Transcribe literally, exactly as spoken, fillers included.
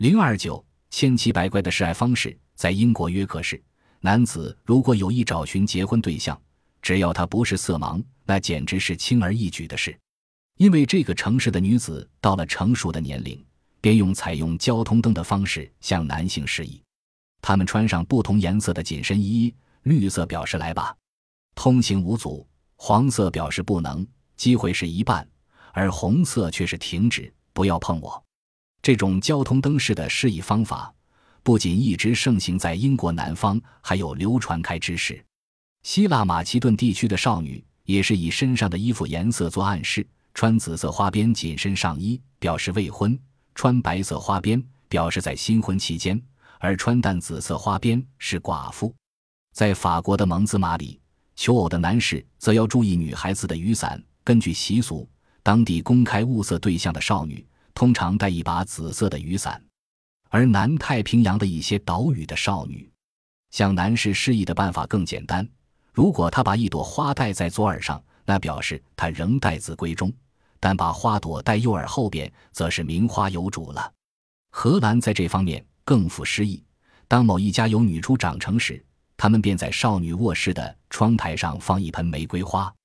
零二九千奇百怪的示爱方式。在英国约克市，男子如果有意找寻结婚对象，只要他不是色盲，那简直是轻而易举的事。因为这个城市的女子到了成熟的年龄，便用采用交通灯的方式向男性示意。他们穿上不同颜色的紧身衣，绿色表示来吧，通行无阻；黄色表示不能，机会是一半；而红色却是停止，不要碰我。这种交通灯式的示意方法不仅一直盛行在英国南方，还有流传开之势。希腊马其顿地区的少女也是以身上的衣服颜色做暗示，穿紫色花边紧身上衣表示未婚，穿白色花边表示在新婚期间，而穿淡紫色花边是寡妇。在法国的蒙兹马里，求偶的男士则要注意女孩子的雨伞。根据习俗，当地公开物色对象的少女通常带一把紫色的雨伞。而南太平洋的一些岛屿的少女向男士示意的办法更简单，如果他把一朵花戴在左耳上，那表示他仍待字闺中，但把花朵戴右耳后边，则是名花有主了。荷兰在这方面更富诗意，当某一家有女初长成时，他们便在少女卧室的窗台上放一盆玫瑰花，